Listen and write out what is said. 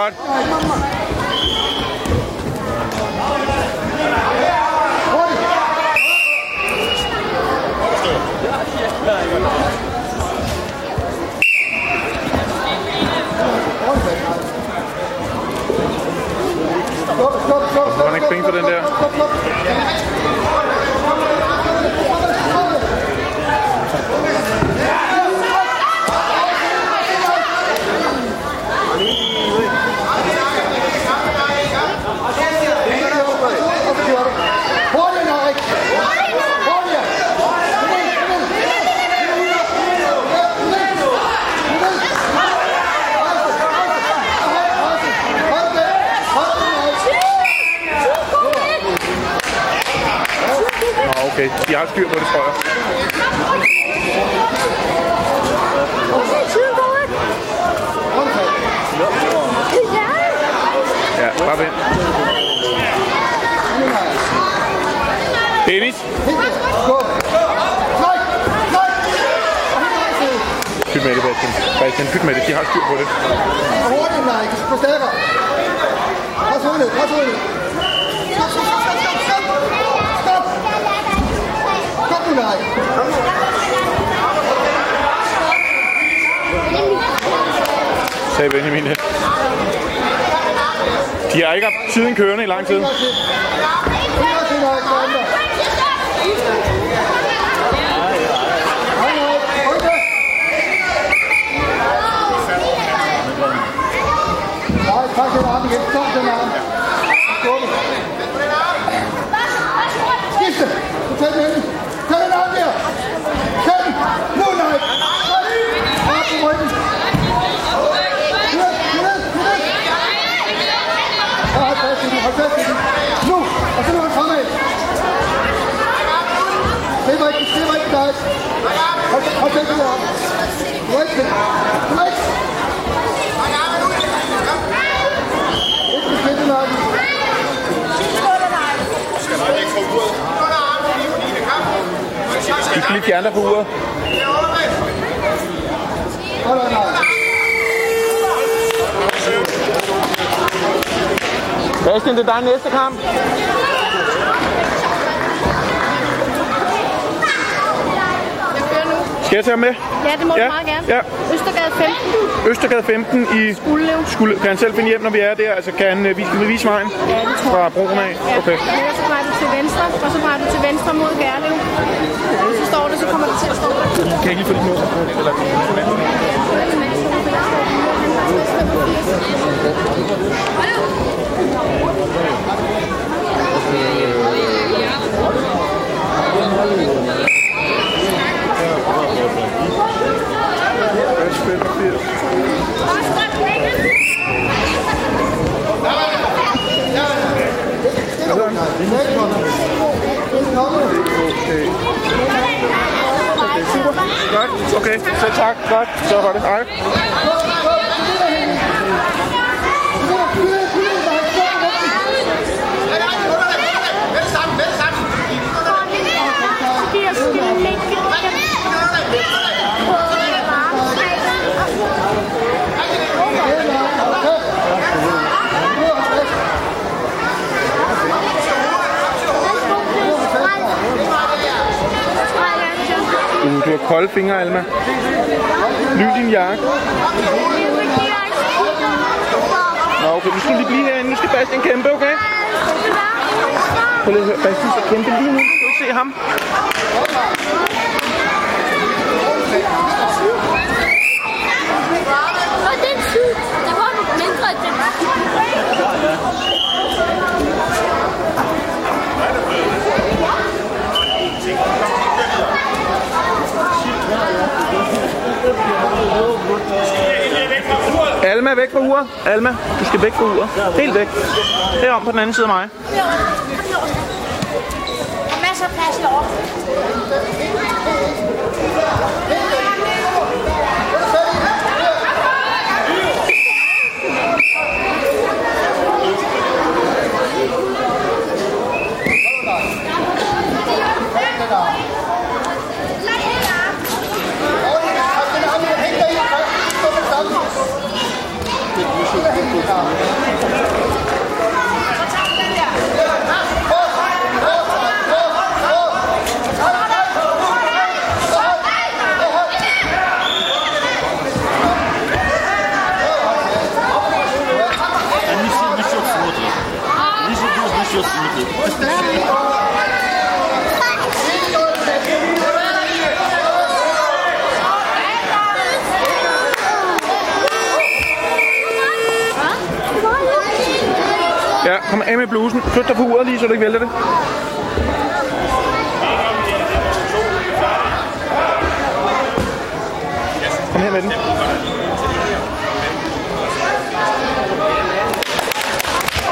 godt. Får han ikke penge for den der? Okay, de har styr på det, tror jeg. Ja, bare vent. Dennis! Pyt med det, Bastian. Bastian, pyt med det. De har styr på det. Hurtigt, nej. På stærkere. Pres hurtigt, pres hurtigt. Sagde Benjamin det. De har ikke haft tiden kørende i lang tid. Tak den arm igen. Tak den arm. Skubbe. Skifte. Tag den anden. Tag den arm der. Tag den. Nu, nej. Op på ryggen. Hold fast i den. Hold fast i den. Nu. Og så nu han fremad. Det var ikke dig. Hold fast i den arm. Du er ikke det. Du er ikke. De skal lige fjerne dig på uret. Bastian, det er dig næste kamp. Skal jeg tage med? Ja, det må du meget gerne. Ja. Østergade 15. Østergade 15 i Skuldelev. Kan han selv finde hjem, når vi er der? Altså, kan han vise vejen? Ja, det tror Fra jeg. broen af? Ja. Okay. Så drejer du til venstre, og så drejer du til venstre mod Gærlev. Så står det, så kommer det til at stå der. Kan jeg ikke lige få dit nummer? Eller Godt, okay, så tak, godt, så var det, hej. Du har kolde fingre, Alma. Lys din jakke. Nå, okay, nu skal lige blive herinde. Nu skal Bastian kæmpe, okay? Prøv lige at høre. Bastian skal kæmpe lige nu. Skal du ikke se ham? Og den syg. Det var mindre end den. Alma, væk fra uret. Alma, du skal væk fra uret. Helt væk. Herom på den anden side af mig. Og masser af plads herovre. Kom af med blusen. Flyt dig på uret lige, så du ikke vælter det. Kom her med den.